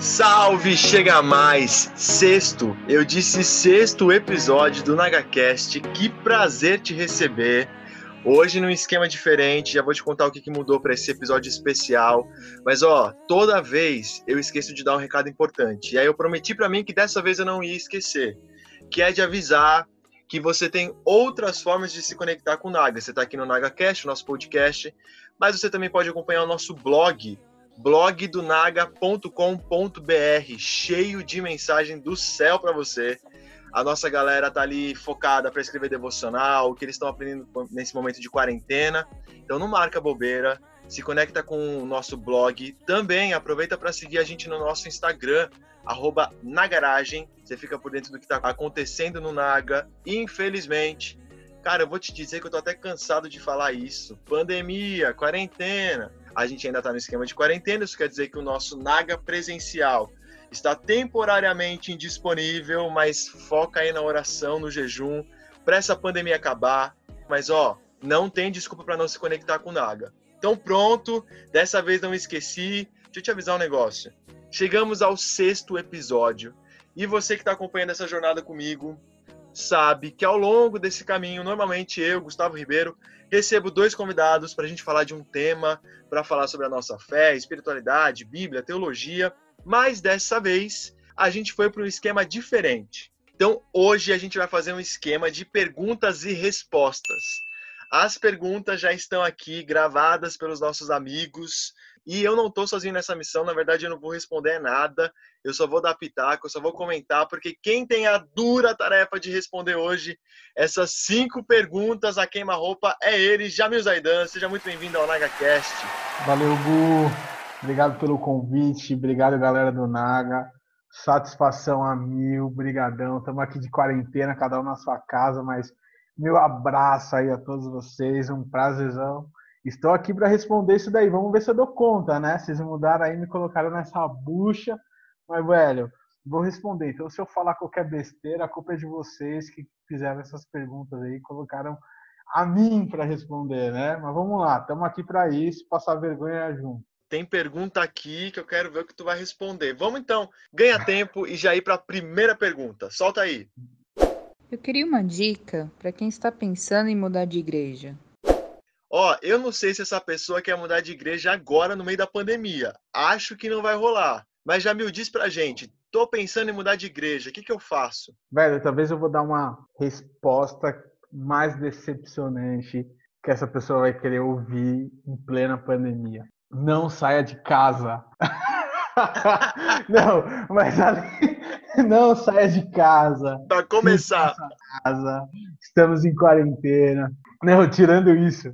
Salve, chega mais! Eu disse sexto episódio do NagaCast. Que prazer te receber. Hoje num esquema diferente, já vou te contar o que mudou para esse episódio especial. Mas toda vez eu esqueço de dar um recado importante. E aí eu prometi para mim que dessa vez eu não ia esquecer, que é de avisar que você tem outras formas de se conectar com o Naga. Você está aqui no NagaCast, o nosso podcast, mas você também pode acompanhar o nosso blogdonaga.com.br, cheio de mensagem do céu para você. A nossa galera tá ali focada para escrever devocional, o que eles estão aprendendo nesse momento de quarentena. Então não marca bobeira, se conecta com o nosso blog. Também aproveita para seguir a gente no nosso Instagram, @nagaragem. Você fica por dentro do que está acontecendo no Naga. Infelizmente, cara, eu vou te dizer que eu tô até cansado de falar isso. Pandemia, quarentena. A gente ainda tá no esquema de quarentena, isso quer dizer que o nosso Naga presencial está temporariamente indisponível, mas foca aí na oração, no jejum, para essa pandemia acabar. Mas não tem desculpa para não se conectar com o Naga. Então pronto, dessa vez não esqueci. Deixa eu te avisar um negócio. Chegamos ao sexto episódio e você que está acompanhando essa jornada comigo sabe que ao longo desse caminho, normalmente eu, Gustavo Ribeiro, recebo 2 convidados para a gente falar de um tema, para falar sobre a nossa fé, espiritualidade, Bíblia, teologia, mas dessa vez a gente foi para um esquema diferente. Então hoje a gente vai fazer um esquema de perguntas e respostas. As perguntas já estão aqui gravadas pelos nossos amigos e eu não estou sozinho nessa missão, na verdade eu não vou responder nada, eu só vou dar pitaco, eu só vou comentar, porque quem tem a dura tarefa de responder hoje essas 5 perguntas a queima-roupa é ele, Jamil Zaidan. Seja muito bem-vindo ao NagaCast. Valeu, Gu. Obrigado pelo convite, obrigado, galera do Naga. Satisfação a mil, brigadão. Estamos aqui de quarentena, cada um na sua casa, mas meu abraço aí a todos vocês, um prazerzão. Estou aqui para responder isso daí, vamos ver se eu dou conta, né? Vocês mudaram aí, me colocaram nessa bucha, mas, velho, vou responder. Então, se eu falar qualquer besteira, a culpa é de vocês que fizeram essas perguntas aí, colocaram a mim para responder, né? Mas vamos lá, estamos aqui para isso, passar vergonha junto. Tem pergunta aqui que eu quero ver o que tu vai responder. Vamos então, ganha tempo e já ir para a primeira pergunta. Solta aí. Eu queria uma dica para quem está pensando em mudar de igreja. Eu não sei se essa pessoa quer mudar de igreja agora no meio da pandemia. Acho que não vai rolar. Mas Jamil, diz pra gente, tô pensando em mudar de igreja, o que eu faço? Velho, talvez eu vou dar uma resposta mais decepcionante que essa pessoa vai querer ouvir em plena pandemia. Não saia de casa. Não, mas ali, não saia de casa. Para começar. Casa. Estamos em quarentena. Não, tirando isso,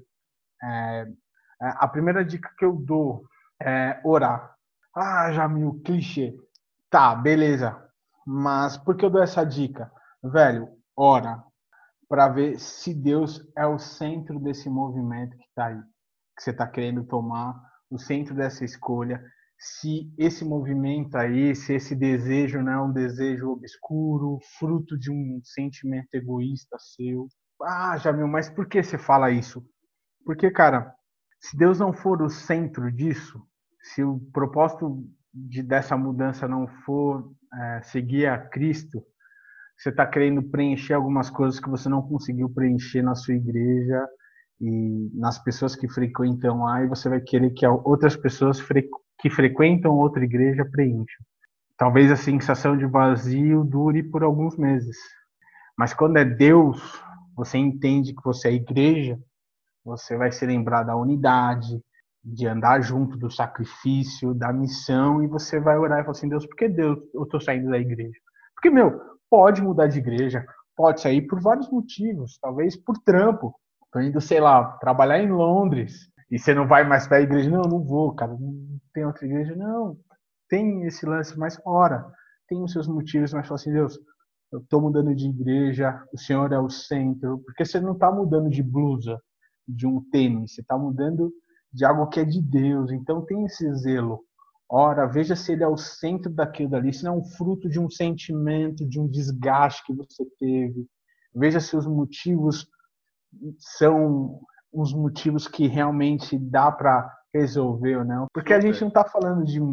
a primeira dica que eu dou é orar. Jamil, clichê. Tá, beleza. Mas por que eu dou essa dica? Velho, ora para ver se Deus é o centro desse movimento que tá aí, que você tá querendo tomar, o centro dessa escolha. Se esse movimento aí, se esse desejo não é um desejo obscuro, fruto de um sentimento egoísta seu. Jamil, mas por que você fala isso? Porque, cara, se Deus não for o centro disso, se o propósito dessa mudança não for seguir a Cristo, você está querendo preencher algumas coisas que você não conseguiu preencher na sua igreja e nas pessoas que frequentam lá, e você vai querer que outras pessoas que frequentam outra igreja preencham. Talvez a sensação de vazio dure por alguns meses, mas quando é Deus, você entende que você é igreja, você vai se lembrar da unidade, de andar junto, do sacrifício, da missão, e você vai orar e falar assim, Deus, por que Deus eu estou saindo da igreja? Porque, pode mudar de igreja, pode sair por vários motivos, talvez por trampo. Estou indo, sei lá, trabalhar em Londres, e você não vai mais para a igreja. Não vou, cara, não tem outra igreja. Não, tem esse lance, mas ora, tem os seus motivos, mas fala assim, Deus, eu estou mudando de igreja, o Senhor é o centro, porque você não está mudando de blusa, de um tênis, você está mudando de algo que é de Deus, então tem esse zelo. Ora, veja se ele é o centro daquilo dali, se não é um fruto de um sentimento, de um desgaste que você teve. Veja se os motivos são os motivos que realmente dá para resolver ou não. Porque a gente não está falando de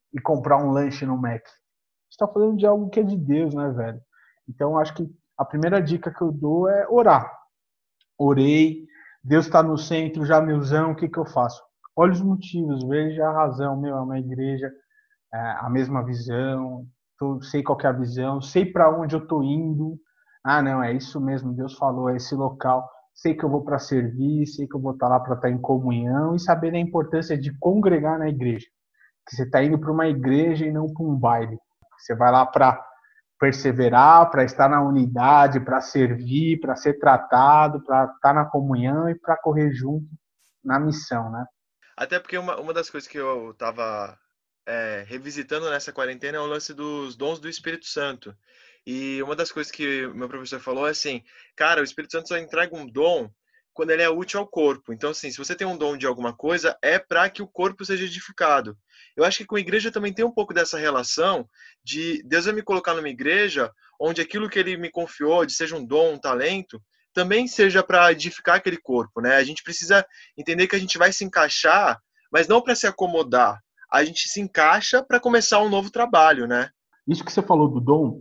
e comprar um lanche no Mac. A gente tá falando de algo que é de Deus, né, velho? Então, acho que a primeira dica que eu dou é orar. Orei, Deus está no centro, Jamilzão, o que eu faço? Olha os motivos, veja a razão, meu, é uma igreja, a mesma visão, sei qual que é a visão, sei para onde eu estou indo. Ah, não, é isso mesmo, Deus falou, é esse local. Sei que eu vou para servir, sei que eu vou estar lá para estar em comunhão e saber a importância de congregar na igreja. Que você está indo para uma igreja e não para um baile. Você vai lá para perseverar, para estar na unidade, para servir, para ser tratado, para estar na comunhão e para correr junto na missão, né? Até porque uma das coisas que eu tava revisitando nessa quarentena é o lance dos dons do Espírito Santo. E uma das coisas que o meu professor falou é assim, cara, o Espírito Santo só entrega um dom quando ele é útil ao corpo. Então, assim, se você tem um dom de alguma coisa, é para que o corpo seja edificado. Eu acho que com a igreja também tem um pouco dessa relação de Deus vai me colocar numa igreja onde aquilo que ele me confiou, de seja um dom, um talento, também seja para edificar aquele corpo, né? A gente precisa entender que a gente vai se encaixar, mas não para se acomodar. A gente se encaixa para começar um novo trabalho, né? Isso que você falou do dom,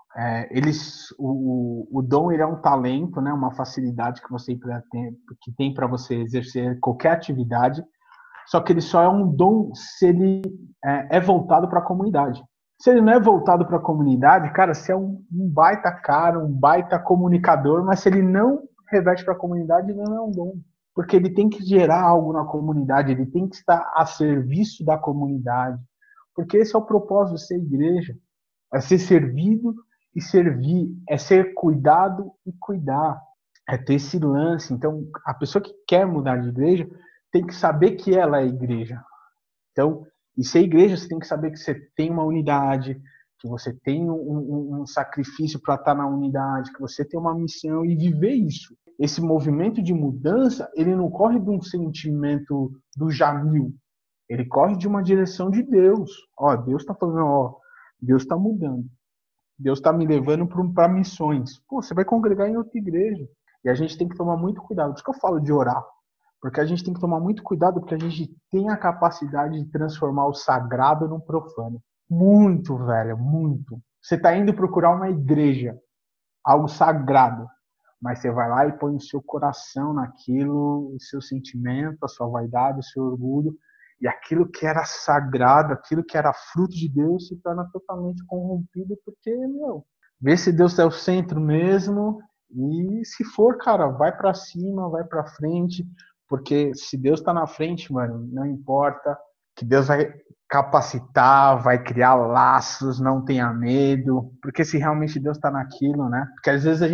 o dom ele é um talento, né? Uma facilidade que tem para você exercer qualquer atividade, só que ele só é um dom se ele é voltado para a comunidade. Se ele não é voltado para a comunidade, cara, você é um baita cara, um baita comunicador, mas se ele não reverte para a comunidade, ele não é um dom. Porque ele tem que gerar algo na comunidade, ele tem que estar a serviço da comunidade. Porque esse é o propósito de ser igreja. É ser servido e servir. É ser cuidado e cuidar. É ter esse lance. Então, a pessoa que quer mudar de igreja tem que saber que ela é igreja. Então, e ser igreja, você tem que saber que você tem uma unidade, que você tem um sacrifício para estar na unidade, que você tem uma missão e viver isso. Esse movimento de mudança, ele não corre de um sentimento do Jamil, ele corre de uma direção de Deus. Ó, Deus está falando, ó, Deus está mudando. Deus está me levando para missões. Pô, você vai congregar em outra igreja. E a gente tem que tomar muito cuidado. Por isso que eu falo de orar. Porque a gente tem que tomar muito cuidado, porque a gente tem a capacidade de transformar o sagrado no profano. Muito, velho, muito. Você está indo procurar uma igreja, algo sagrado, mas você vai lá e põe o seu coração naquilo, o seu sentimento, a sua vaidade, o seu orgulho, e aquilo que era sagrado, aquilo que era fruto de Deus se torna totalmente corrompido, porque, meu, vê se Deus é o centro mesmo, e se for, cara, vai para cima, vai para frente, porque se Deus está na frente, mano, não importa, que Deus vai capacitar, vai criar laços, não tenha medo, porque se realmente Deus está naquilo, né? Porque às vezes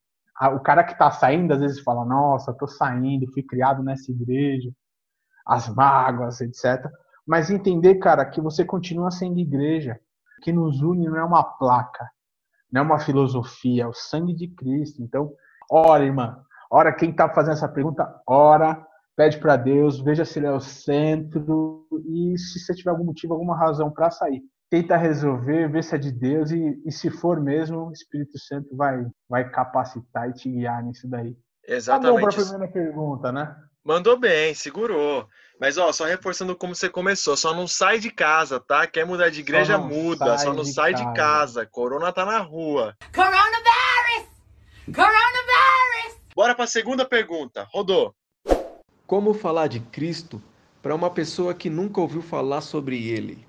o cara que está saindo, às vezes fala, nossa, tô saindo, fui criado nessa igreja, as mágoas, etc. Mas entender, cara, que você continua sendo igreja, que nos une não é uma placa, não é uma filosofia, é o sangue de Cristo. Então, ora, irmã, ora quem está fazendo essa pergunta, ora, pede para Deus, veja se ele é o centro e se você tiver algum motivo, alguma razão para sair. Tenta resolver, ver se é de Deus e se for mesmo, o Espírito Santo vai capacitar e te guiar nisso daí. Tá bom para a Exatamente. primeira pergunta, né? Mandou bem, segurou. Mas ó, só reforçando como você começou, só não sai de casa, tá? Quer mudar de Só igreja, não muda, só sai não de sai de casa. casa. Corona tá na rua. Coronavirus! Coronavirus! Bora para a segunda pergunta. Rodou. Como falar de Cristo para uma pessoa que nunca ouviu falar sobre ele?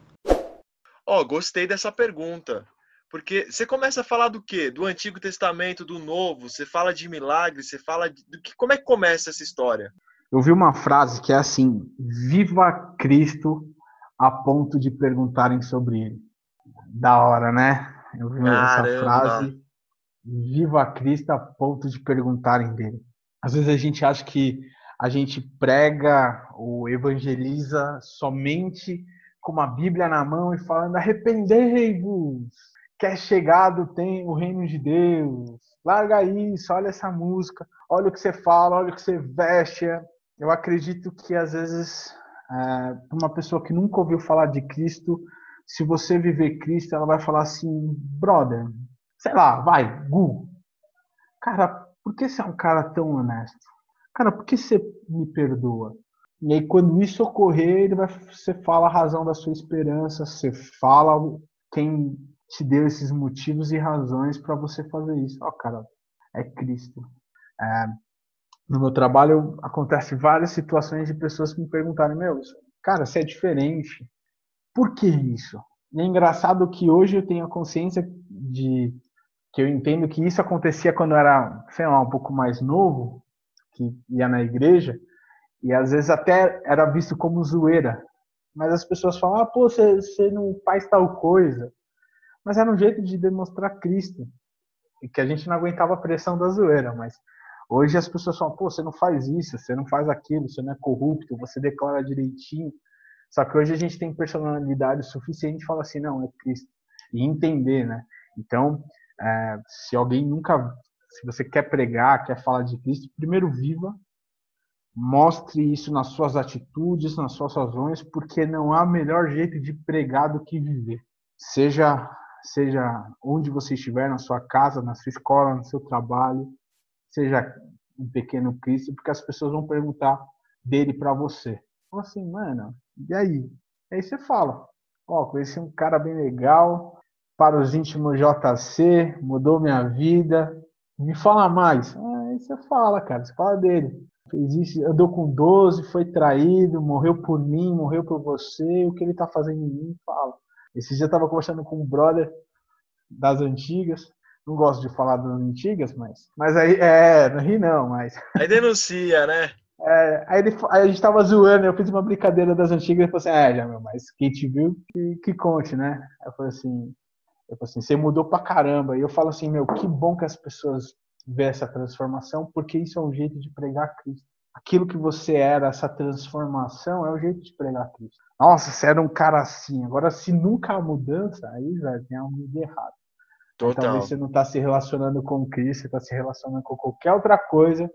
Ó, gostei dessa pergunta. Porque você começa a falar do quê? Do Antigo Testamento, do Novo, você fala de milagres, você fala do que, como é que começa essa história? Eu vi uma frase que é assim: viva Cristo a ponto de perguntarem sobre ele. Da hora, né? Eu vi essa Caramba. frase: viva Cristo a ponto de perguntarem dele. Às vezes a gente acha que a gente prega ou evangeliza somente com uma Bíblia na mão e falando: arrependei-vos, que é chegado tem o reino de Deus. Larga isso, olha essa música, olha o que você fala, olha o que você veste. Eu acredito que às vezes, uma pessoa que nunca ouviu falar de Cristo, se você viver Cristo, ela vai falar assim: brother, sei lá, vai, Gu, cara, por que você é um cara tão honesto? Cara, por que você me perdoa? E aí, quando isso ocorrer, você fala a razão da sua esperança, você fala quem te deu esses motivos e razões para você fazer isso. Ó, cara, é Cristo. É, no meu trabalho, acontece várias situações de pessoas que me perguntarem, meu, cara, você é diferente. Por que isso? E é engraçado que hoje eu tenho a consciência de que eu entendo que isso acontecia quando eu era, sei lá, um pouco mais novo, que ia na igreja, e às vezes até era visto como zoeira. Mas as pessoas falam, pô, você não faz tal coisa. Mas era um jeito de demonstrar Cristo. E que a gente não aguentava a pressão da zoeira. Mas hoje as pessoas falam, pô, você não faz isso, você não faz aquilo, você não é corrupto, você declara direitinho. Só que hoje a gente tem personalidade suficiente e fala assim, não, é Cristo. E entender, né? Então, se alguém nunca... Se você quer pregar, quer falar de Cristo, primeiro viva, mostre isso nas suas atitudes, nas suas razões, porque não há melhor jeito de pregar do que viver. Seja onde você estiver, na sua casa, na sua escola, no seu trabalho, seja um pequeno Cristo, porque as pessoas vão perguntar dele para você. Então, assim, mano, e aí? Aí você fala, conheci um cara bem legal, para os íntimos JC, mudou minha vida, me fala mais. Aí você fala, cara, você fala dele. Fez isso, andou com 12, foi traído, morreu por mim, morreu por você, o que ele tá fazendo em mim, fala. Esse dia eu tava conversando com um brother das antigas, não gosto de falar das antigas, mas aí, não ri não, mas... Aí denuncia, né? Aí a gente tava zoando, eu fiz uma brincadeira das antigas, ele falou assim, já, meu, mas quem te viu, que conte, né? Eu falei assim, você mudou pra caramba, e eu falo assim, meu, que bom que as pessoas vê essa transformação, porque isso é um jeito de pregar Cristo. Aquilo que você era, essa transformação, é o jeito de pregar Cristo. Nossa, você era um cara assim. Agora, se nunca há mudança, aí já tem algo de errado. Aí, talvez você não está se relacionando com Cristo, você está se relacionando com qualquer outra coisa,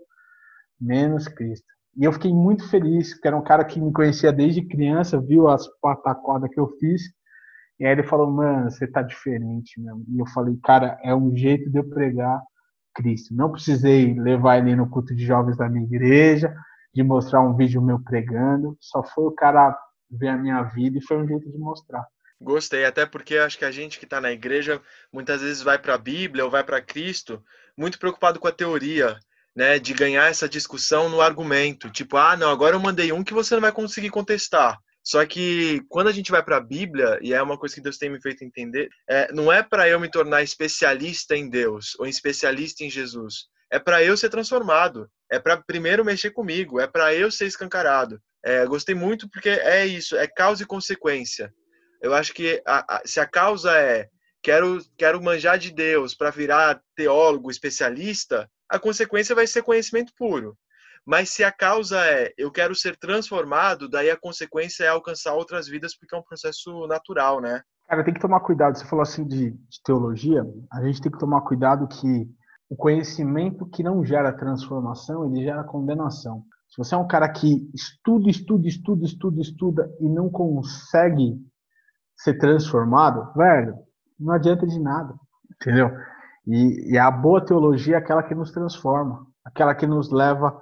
menos Cristo. E eu fiquei muito feliz, porque era um cara que me conhecia desde criança, viu as pataquadas que eu fiz, e aí ele falou, mano, você tá diferente mesmo. E eu falei, cara, é um jeito de eu pregar Cristo. Não precisei levar ele no culto de jovens da minha igreja, de mostrar um vídeo meu pregando. Só foi o cara ver a minha vida e foi um jeito de mostrar. Gostei, até porque acho que a gente que está na igreja muitas vezes vai para a Bíblia ou vai para Cristo muito preocupado com a teoria, né, de ganhar essa discussão no argumento. Tipo, não, agora eu mandei um que você não vai conseguir contestar. Só que quando a gente vai para a Bíblia, e é uma coisa que Deus tem me feito entender, não é para eu me tornar especialista em Deus ou especialista em Jesus. É para eu ser transformado. É para primeiro mexer comigo. É para eu ser escancarado. Gostei muito porque é isso, é causa e consequência. Eu acho que se a causa é quero manjar de Deus para virar teólogo, especialista, a consequência vai ser conhecimento puro. Mas se a causa é eu quero ser transformado, daí a consequência é alcançar outras vidas, porque é um processo natural, né? Cara, tem que tomar cuidado. Você falou assim de teologia, a gente tem que tomar cuidado que o conhecimento que não gera transformação, ele gera condenação. Se você é um cara que estuda e não consegue ser transformado, velho, não adianta de nada, entendeu? E a boa teologia é aquela que nos transforma, aquela que nos leva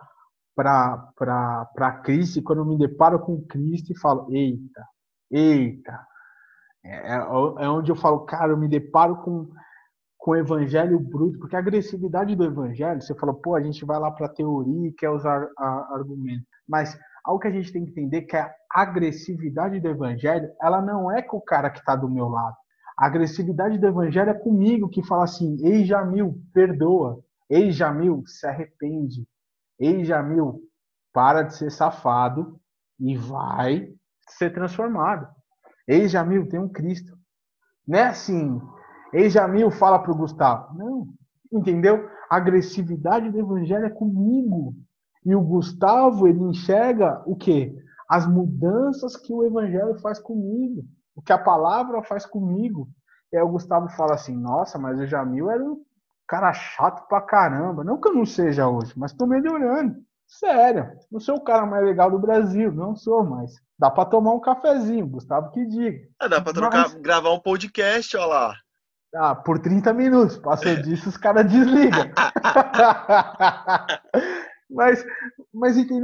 para Cristo, e quando eu me deparo com Cristo e falo, eita, é onde eu falo, cara, eu me deparo com o evangelho bruto, porque a agressividade do evangelho, você fala, pô, a gente vai lá para a teoria e quer usar argumento, mas algo que a gente tem que entender que a agressividade do evangelho, ela não é com o cara que está do meu lado. A agressividade do evangelho é comigo, que fala assim, ei Jamil, perdoa, ei Jamil, se arrepende, ei Jamil, para de ser safado e vai ser transformado. Ei Jamil, tem um Cristo. Não é assim, ei Jamil, fala para o Gustavo. Não, entendeu? A agressividade do evangelho é comigo. E o Gustavo, ele enxerga o quê? As mudanças que o evangelho faz comigo. O que a palavra faz comigo. E aí o Gustavo fala assim, nossa, mas o Jamil era um cara chato pra caramba. Não que eu não seja hoje, mas tô melhorando. Sério, não sou o cara mais legal do Brasil, não sou mais. Dá pra tomar um cafezinho, Gustavo que diga. Dá pra gravar um podcast, ó lá. Por 30 minutos. Passou disso, os caras desligam. Mas entendeu?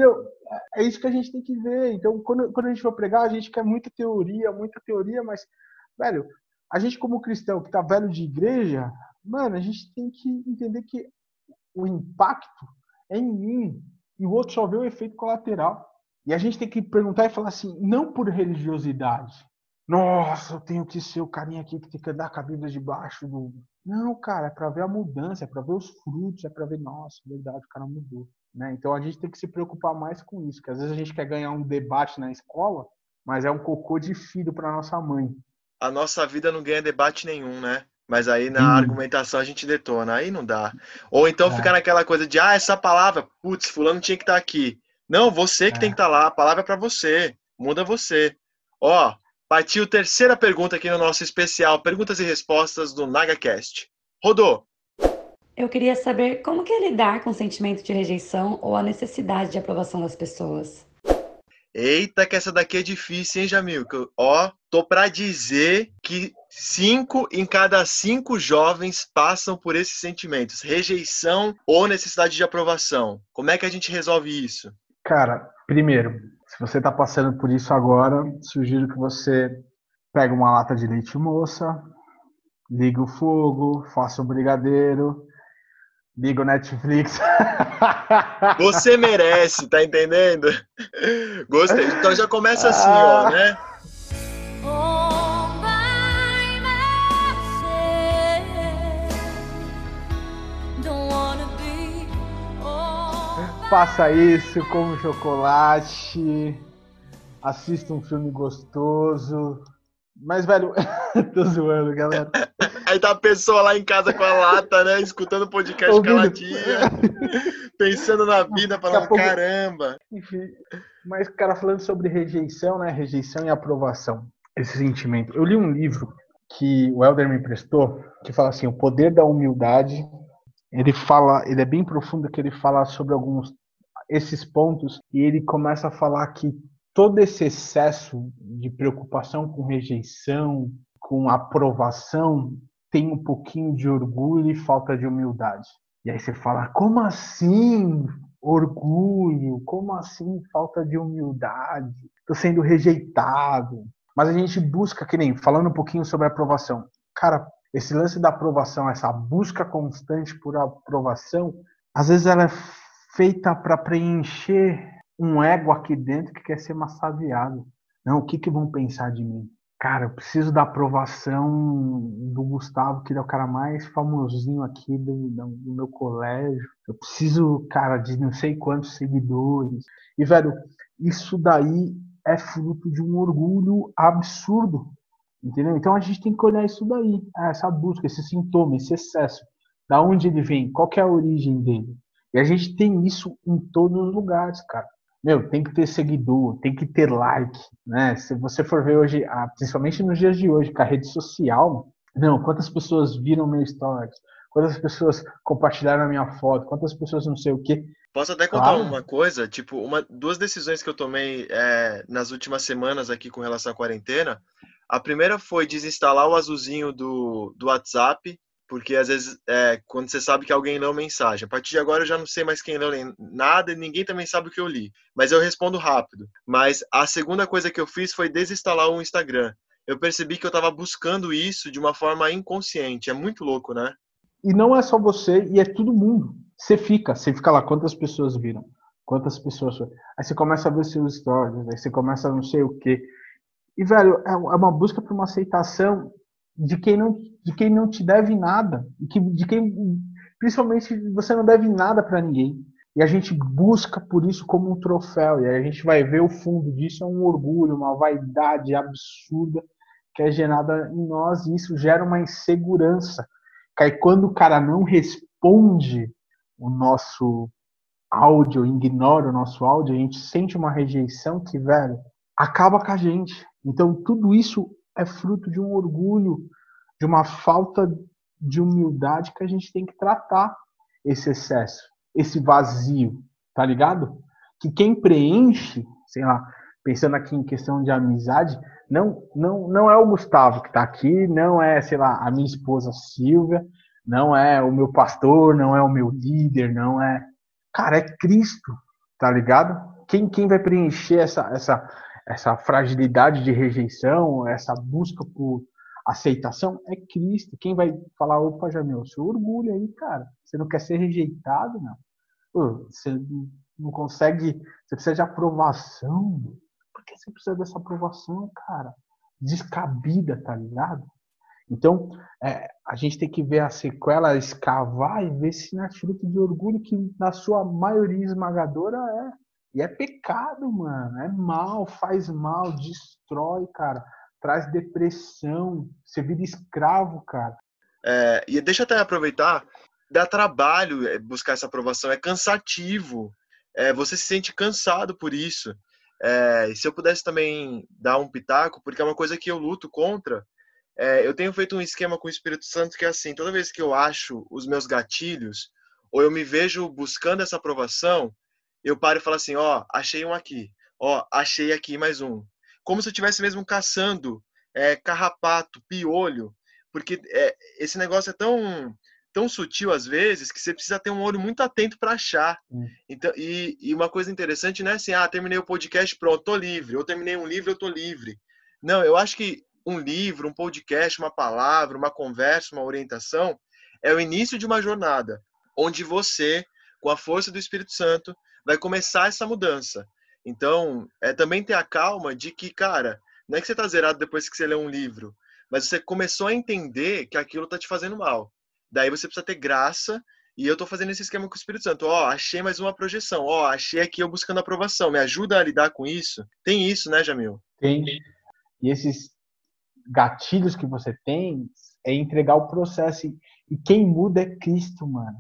é isso que a gente tem que ver. Então, quando a gente for pregar, a gente quer muita teoria, mas, velho, a gente como cristão que tá velho de igreja, mano, a gente tem que entender que o impacto é em mim e o outro só vê o efeito colateral. E a gente tem que perguntar e falar assim, não por religiosidade. Nossa, eu tenho que ser o carinha aqui que tem que andar com a Bíblia debaixo do... Não, cara, é para ver a mudança, é para ver os frutos, é para ver, nossa, verdade, o cara mudou. Né? Então a gente tem que se preocupar mais com isso, que às vezes a gente quer ganhar um debate na escola, mas é um cocô de filho para nossa mãe. A nossa vida não ganha debate nenhum, né? Mas aí na argumentação a gente detona, aí não dá. Ou então ficar naquela coisa de, essa palavra, putz, fulano tinha que estar aqui. Não, você que tem que estar lá, a palavra é para você, muda você. Ó, partiu terceira pergunta aqui no nosso especial Perguntas e Respostas do NagaCast. Rodou. Eu queria saber como que é lidar com o sentimento de rejeição ou a necessidade de aprovação das pessoas. Eita, que essa daqui é difícil, hein, Jamil? Ó, tô pra dizer que 5 em cada 5 jovens passam por esses sentimentos. Rejeição ou necessidade de aprovação. Como é que a gente resolve isso? Cara, primeiro, se você tá passando por isso agora, sugiro que você pegue uma lata de leite moça, ligue o fogo, faça um brigadeiro, liga o Netflix. Você merece, tá entendendo? Gostei. Então já começa assim, ó, né? Faça isso, come chocolate, assista um filme gostoso. Mas, velho, tô zoando, galera. Aí tá a pessoa lá em casa com a lata, né? Escutando o podcast caladinha, pensando na vida, falando, caramba. Enfim, mas, cara, falando sobre rejeição, né? Rejeição e aprovação. Esse sentimento. Eu li um livro que o Helder me emprestou, que fala assim, O Poder da Humildade. Ele é bem profundo, que ele fala sobre esses pontos, e ele começa a falar que todo esse excesso de preocupação com rejeição, com aprovação, tem um pouquinho de orgulho e falta de humildade. E aí você fala, como assim orgulho? Como assim falta de humildade? Estou sendo rejeitado. Mas a gente busca, que nem, falando um pouquinho sobre aprovação. Cara, esse lance da aprovação, essa busca constante por aprovação, às vezes ela é feita para preencher um ego aqui dentro que quer ser massageado. Não, o que vão pensar de mim? Cara, eu preciso da aprovação do Gustavo, que ele é o cara mais famosinho aqui do meu colégio. Eu preciso, cara, de não sei quantos seguidores. E, velho, isso daí é fruto de um orgulho absurdo. Entendeu? Então a gente tem que olhar isso daí, essa busca, esse sintoma, esse excesso. Da onde ele vem? Qual que é a origem dele? E a gente tem isso em todos os lugares, cara. Meu, tem que ter seguidor, tem que ter like, né? Se você for ver hoje, principalmente nos dias de hoje, com a rede social, não, quantas pessoas viram meu stories? Quantas pessoas compartilharam a minha foto? Quantas pessoas não sei o quê? Posso até contar uma coisa? Tipo, duas decisões que eu tomei nas últimas semanas aqui com relação à quarentena. A primeira foi desinstalar o azulzinho do WhatsApp, porque às vezes quando você sabe que alguém leu mensagem. A partir de agora eu já não sei mais quem leu nada e ninguém também sabe o que eu li. Mas eu respondo rápido. Mas a segunda coisa que eu fiz foi desinstalar o Instagram. Eu percebi que eu estava buscando isso de uma forma inconsciente. É muito louco, né? E não é só você, e é todo mundo. Você fica lá, quantas pessoas viram? Quantas pessoas... Aí você começa a ver seus stories, aí você começa a não sei o quê. E, velho, é uma busca por uma aceitação de quem não te deve nada. De quem, principalmente, você não deve nada para ninguém. E a gente busca por isso como um troféu. E aí a gente vai ver o fundo disso, é um orgulho, uma vaidade absurda que é gerada em nós. E isso gera uma insegurança. Que aí quando o cara não responde o nosso áudio, ignora o nosso áudio, a gente sente uma rejeição que, velho, acaba com a gente. Então, tudo isso é fruto de um orgulho, de uma falta de humildade que a gente tem que tratar esse excesso, esse vazio, tá ligado? Que quem preenche, sei lá, pensando aqui em questão de amizade, não é o Gustavo que tá aqui, não é, sei lá, a minha esposa Silvia, não é o meu pastor, não é o meu líder, não é... Cara, é Cristo, tá ligado? quem vai preencher essa fragilidade de rejeição, essa busca por aceitação é Cristo. Quem vai falar, opa, Jamil, seu orgulho aí, cara. Você não quer ser rejeitado, não. Pô, você não consegue, você precisa de aprovação. Por que você precisa dessa aprovação, cara? Descabida, tá ligado? Então, a gente tem que ver a sequela, escavar e ver se não é fruto de orgulho, que na sua maioria esmagadora é. E é pecado, mano. É mal, faz mal, destrói, cara. Traz depressão. Você vira escravo, cara. E deixa eu até aproveitar, dá trabalho buscar essa aprovação, é cansativo. Você se sente cansado por isso. E se eu pudesse também dar um pitaco, porque é uma coisa que eu luto contra, eu tenho feito um esquema com o Espírito Santo que é assim, toda vez que eu acho os meus gatilhos, ou eu me vejo buscando essa aprovação, eu paro e falo assim, ó, achei um aqui, ó, achei aqui mais um. Como se eu estivesse mesmo caçando carrapato, piolho, porque esse negócio é tão sutil às vezes que você precisa ter um olho muito atento para achar. Então, e uma coisa interessante não é assim, terminei o podcast, pronto, tô livre. Ou terminei um livro, eu tô livre. Não, eu acho que um livro, um podcast, uma palavra, uma conversa, uma orientação é o início de uma jornada onde você, com a força do Espírito Santo, vai começar essa mudança. Então, também ter a calma de que, cara, não é que você tá zerado depois que você lê um livro, mas você começou a entender que aquilo tá te fazendo mal. Daí você precisa ter graça, e eu tô fazendo esse esquema com o Espírito Santo. Ó, achei mais uma projeção. Ó, achei aqui eu buscando aprovação. Me ajuda a lidar com isso? Tem isso, né, Jamil? Tem. E esses gatilhos que você tem é entregar o processo. E quem muda é Cristo, mano.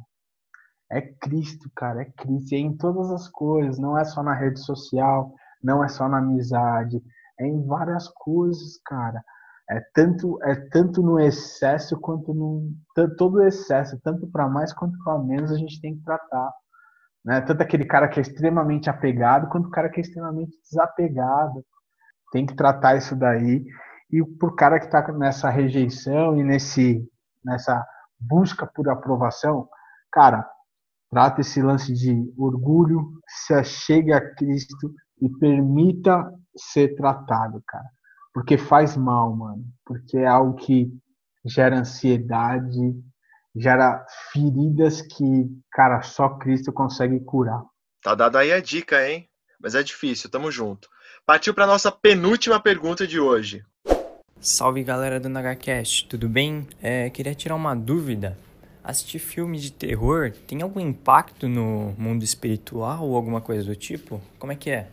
É Cristo, cara. É Cristo. E é em todas as coisas. Não é só na rede social. Não é só na amizade. É em várias coisas, cara. É tanto no excesso quanto no... Todo o excesso, tanto para mais quanto para menos, a gente tem que tratar. Né? Tanto aquele cara que é extremamente apegado, quanto o cara que é extremamente desapegado. Tem que tratar isso daí. E pro cara que está nessa rejeição e nessa busca por aprovação, cara, trata esse lance de orgulho, se achegue a Cristo e permita ser tratado, cara. Porque faz mal, mano. Porque é algo que gera ansiedade, gera feridas que, cara, só Cristo consegue curar. Tá dada aí a dica, hein? Mas é difícil, tamo junto. Partiu para nossa penúltima pergunta de hoje. Salve galera do NagaCast, tudo bem? Queria tirar uma dúvida. Assistir filme de terror tem algum impacto no mundo espiritual ou alguma coisa do tipo? Como é que é?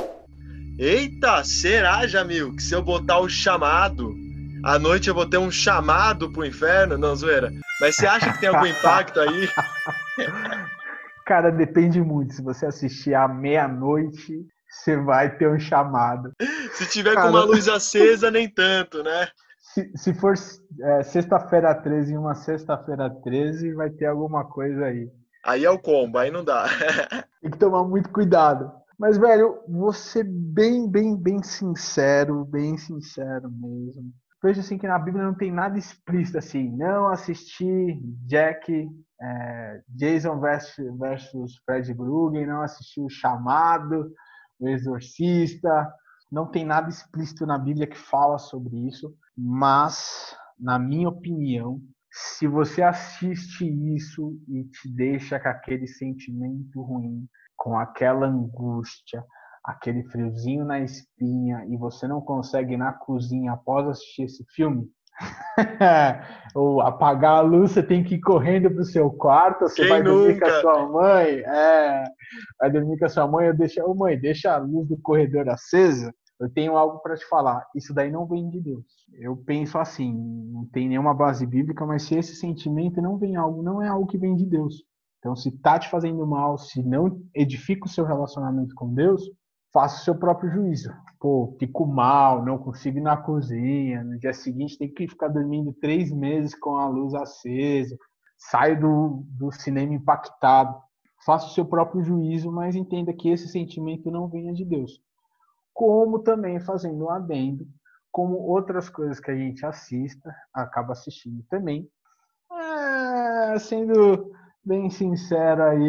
Eita, será, Jamil, que se eu botar o chamado, à noite eu vou ter um chamado pro inferno? Não, zoeira. Mas você acha que tem algum impacto aí? Cara, depende muito. Se você assistir à meia-noite, você vai ter um chamado. Se tiver com uma luz acesa, nem tanto, né? Se for sexta-feira 13 e uma sexta-feira 13, vai ter alguma coisa aí. Aí é o combo, aí não dá. Tem que tomar muito cuidado. Mas, velho, vou ser bem sincero mesmo. Veja assim que na Bíblia não tem nada explícito assim. Não assistir Jason versus Fred Krueger, não assistir O Chamado, O Exorcista. Não tem nada explícito na Bíblia que fala sobre isso. Mas, na minha opinião, se você assiste isso e te deixa com aquele sentimento ruim, com aquela angústia, aquele friozinho na espinha e você não consegue ir na cozinha após assistir esse filme, ou apagar a luz, você tem que ir correndo pro seu quarto, você vai dormir com a sua mãe, vai dormir com a sua mãe, mãe, deixa a luz do corredor acesa, eu tenho algo para te falar, isso daí não vem de Deus. Eu penso assim, não tem nenhuma base bíblica, mas se esse sentimento não é algo que vem de Deus. Então, se tá te fazendo mal, se não edifica o seu relacionamento com Deus, faça o seu próprio juízo. Pô, fico mal, não consigo ir na cozinha, no dia seguinte tem que ficar dormindo 3 meses com a luz acesa, saio do cinema impactado. Faça o seu próprio juízo, mas entenda que esse sentimento não venha de Deus. Como também fazendo um adendo, como outras coisas que a gente acaba assistindo também, sendo bem sincero aí,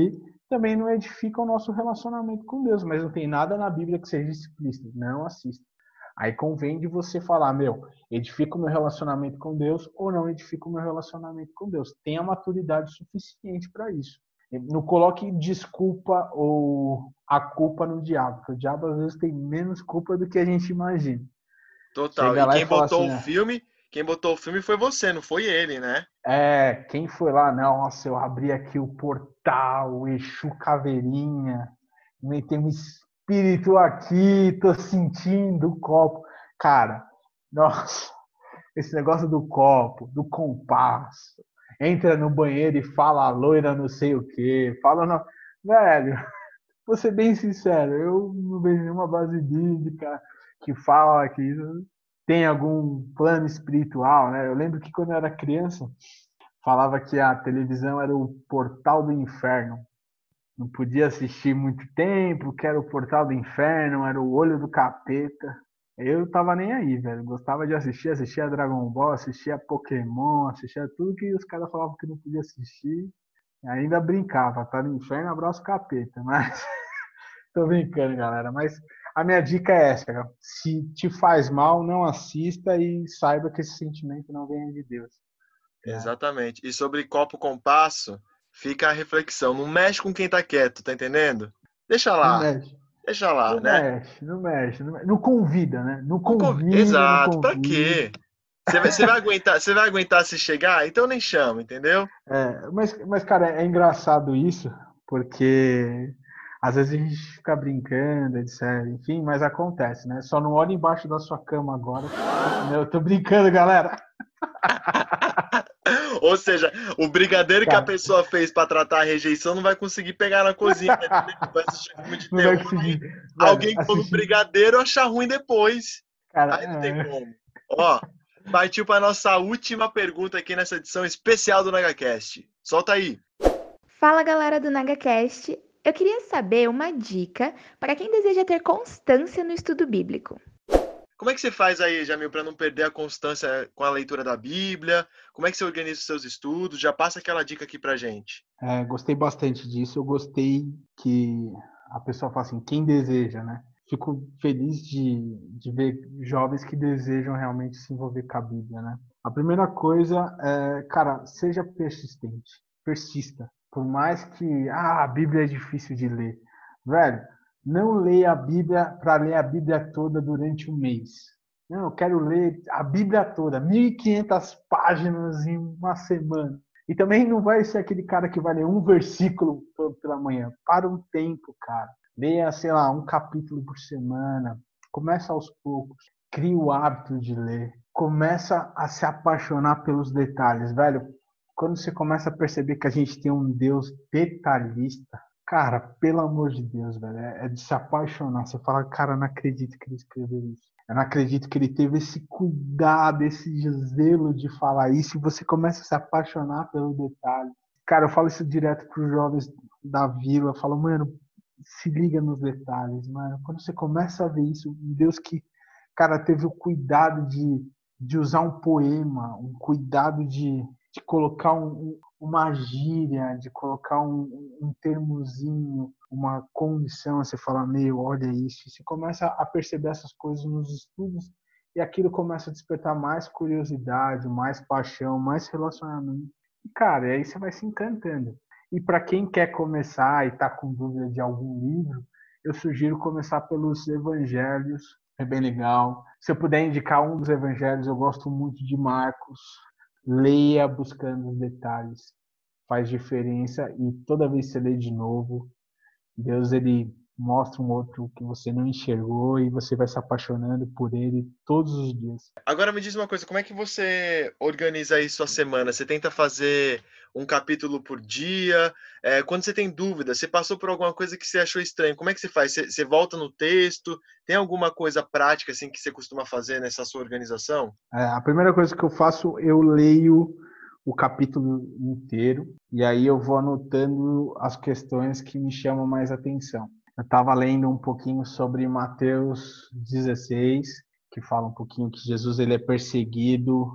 também não edifica o nosso relacionamento com Deus, mas não tem nada na Bíblia que seja explícito, não assista. Aí convém de você falar, edifica o meu relacionamento com Deus ou não edifica o meu relacionamento com Deus. Tenha maturidade suficiente para isso. Não coloque desculpa ou a culpa no diabo, porque o diabo às vezes tem menos culpa do que a gente imagina. Total. Chega E lá e quem fala botou assim, o né? filme, quem botou o filme foi você, não foi ele, né? Quem foi lá? Nossa, eu abri aqui o portal, o Exu Caveirinha, tem um espírito aqui, tô sentindo o copo. Cara, nossa, esse negócio do copo, do compasso, entra no banheiro e fala a loira não sei o quê, fala não... Velho, vou ser bem sincero, eu não vejo nenhuma base bíblica que fala que isso tem algum plano espiritual, né? Eu lembro que quando eu era criança, falava que a televisão era o portal do inferno. Não podia assistir muito tempo, que era o portal do inferno, era o olho do capeta. Eu tava nem aí, velho. Gostava de assistir, assistia Dragon Ball, assistia Pokémon, assistia tudo que os caras falavam que não podia assistir. E ainda brincava, tá no inferno, abraço capeta. Mas tô brincando, galera. Mas a minha dica é essa, cara. Se te faz mal, não assista e saiba que esse sentimento não vem de Deus. Exatamente. E sobre copo compasso, fica a reflexão. Não mexe com quem tá quieto, tá entendendo? Deixa Não lá. mexe. Deixa lá, Não né? mexe, não mexe, não mexe. Não convida, né? Não Não convida, não Exato. Pra convida. quê? Você vai aguentar se chegar? Então nem chama, entendeu? Mas, cara, é engraçado isso, porque às vezes a gente fica brincando, etc. Enfim, mas acontece, né? Só não olhe embaixo da sua cama agora. Eu tô brincando, galera. Ou seja, o brigadeiro que a Cara, pessoa fez pra tratar a rejeição não vai conseguir pegar na cozinha, entendeu? Vai assistir filme de não vai terror. conseguir. Velho, Alguém come o assistir. brigadeiro e achar ruim depois. Cara, Aí não tem como. Ó, partiu para nossa última pergunta aqui nessa edição especial do NagaCast. Solta aí. Fala galera do NagaCast, eu queria saber uma dica para quem deseja ter constância no estudo bíblico. Como é que você faz aí, Jamil, para não perder a constância com a leitura da Bíblia? Como é que você organiza os seus estudos? Já passa aquela dica aqui pra gente. gostei bastante disso. Eu gostei que a pessoa fala assim, quem deseja, né? Fico feliz de ver jovens que desejam realmente se envolver com a Bíblia, né? A primeira coisa é, cara, seja persistente, persista. Por mais que a Bíblia é difícil de ler, velho, não leia a Bíblia para ler a Bíblia toda durante um mês. Não, eu quero ler a Bíblia toda, 1.500 páginas em uma semana. E também não vai ser aquele cara que vai ler um versículo todo pela manhã. Para um tempo, cara. Leia, sei lá, um capítulo por semana. Começa aos poucos. Crie o hábito de ler. Começa a se apaixonar pelos detalhes, velho. Quando você começa a perceber que a gente tem um Deus detalhista, cara, pelo amor de Deus, velho, é de se apaixonar. Você fala, cara, não acredito que ele escreveu isso. Eu não acredito que ele teve esse cuidado, esse zelo de falar isso. E você começa a se apaixonar pelo detalhe. Cara, eu falo isso direto para os jovens da vila. Eu falo, mano, se liga nos detalhes, mano. Quando você começa a ver isso, um Deus que, cara, teve o cuidado de usar um poema, um cuidado de colocar uma gíria, de colocar um termozinho, uma condição, você fala, olha isso, e você começa a perceber essas coisas nos estudos, e aquilo começa a despertar mais curiosidade, mais paixão, mais relacionamento. E, cara, e aí você vai se encantando. E para quem quer começar e está com dúvida de algum livro, eu sugiro começar pelos evangelhos, é bem legal. Se eu puder indicar um dos evangelhos, eu gosto muito de Marcos. Leia buscando os detalhes, faz diferença, e toda vez que você lê de novo, Deus ele mostra um outro que você não enxergou e você vai se apaixonando por ele todos os dias. Agora me diz uma coisa, como é que você organiza aí sua semana? Você tenta fazer um capítulo por dia? Quando você tem dúvida, você passou por alguma coisa que você achou estranho, como é que você faz? Você volta no texto? Tem alguma coisa prática assim que você costuma fazer nessa sua organização? A primeira coisa que eu faço, eu leio o capítulo inteiro e aí eu vou anotando as questões que me chamam mais atenção. Eu estava lendo um pouquinho sobre Mateus 16, que fala um pouquinho que Jesus ele é perseguido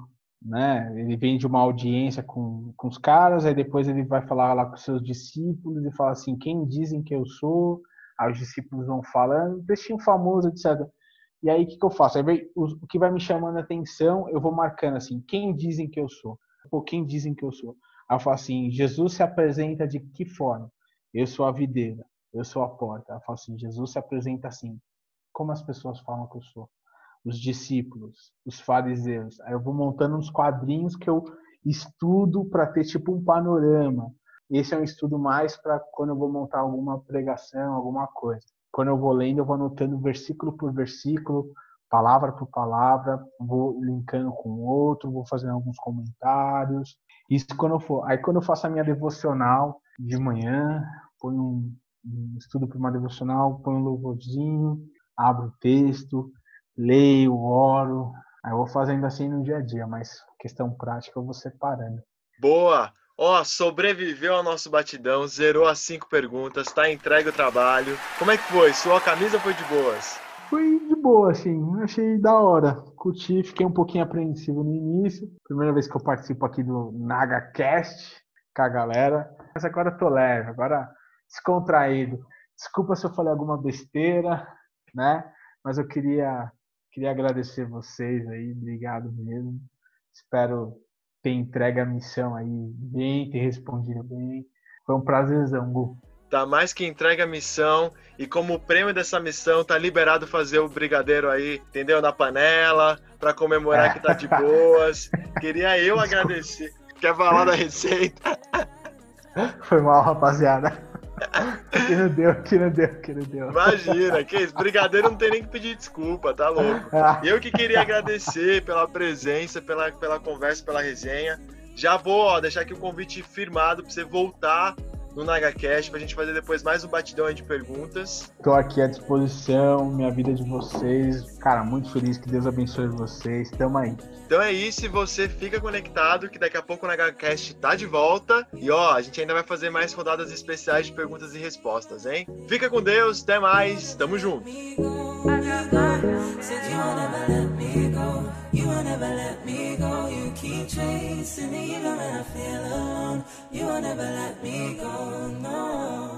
né? Ele vem de uma audiência com os caras, aí depois ele vai falar lá com seus discípulos e fala assim, quem dizem que eu sou? Aí os discípulos vão falando, textinho famoso, etc. E aí o que eu faço? Aí o que vai me chamando a atenção, eu vou marcando assim, quem dizem que eu sou? Pô, quem dizem que eu sou? Aí eu falo assim, Jesus se apresenta de que forma? Eu sou a videira, eu sou a porta. Aí eu falo assim, Jesus se apresenta assim, como as pessoas falam que eu sou? Os discípulos, os fariseus. Aí eu vou montando uns quadrinhos que eu estudo para ter tipo um panorama. Esse é um estudo mais para quando eu vou montar alguma pregação, alguma coisa. Quando eu vou lendo, eu vou anotando versículo por versículo, palavra por palavra, vou linkando com o outro, vou fazendo alguns comentários. Isso quando eu for. Aí quando eu faço a minha devocional de manhã, ponho um estudo para uma devocional, ponho um louvorzinho, abro o texto, leio, oro, aí eu vou fazendo assim no dia a dia, mas questão prática eu vou separando. Boa! Ó, sobreviveu ao nosso batidão, zerou as 5 perguntas, tá entregue o trabalho. Como é que foi? Suou a camisa ou foi de boas? Foi de boa, assim, achei da hora. Curti, fiquei um pouquinho apreensivo no início. Primeira vez que eu participo aqui do NagaCast com a galera. Mas agora eu tô leve, agora descontraído. Desculpa se eu falei alguma besteira, né? Mas eu queria agradecer vocês aí, obrigado mesmo. Espero ter entregue a missão aí bem, ter respondido bem. Foi um prazerzão, Gu. Tá mais que entregue a missão e como prêmio dessa missão tá liberado fazer o brigadeiro aí, entendeu? Na panela, pra comemorar que tá de boas. Queria eu agradecer. Quer falar da receita? Foi mal, rapaziada. Que não deu. Imagina, que isso, brigadeiro não tem nem que pedir desculpa, tá louco. Eu que queria agradecer pela presença, pela conversa, pela resenha. Já vou deixar aqui o convite firmado pra você voltar no NagaCast, pra gente fazer depois mais um batidão aí de perguntas. Tô aqui à disposição, minha vida de vocês. Cara, muito feliz, que Deus abençoe vocês. Tamo aí. Então é isso, e você fica conectado, que daqui a pouco o NagaCast tá de volta. E ó, a gente ainda vai fazer mais rodadas especiais de perguntas e respostas, hein? Fica com Deus, até mais, tamo junto. You will never let me go. You keep chasing me even when I feel alone. You will never let me go, no.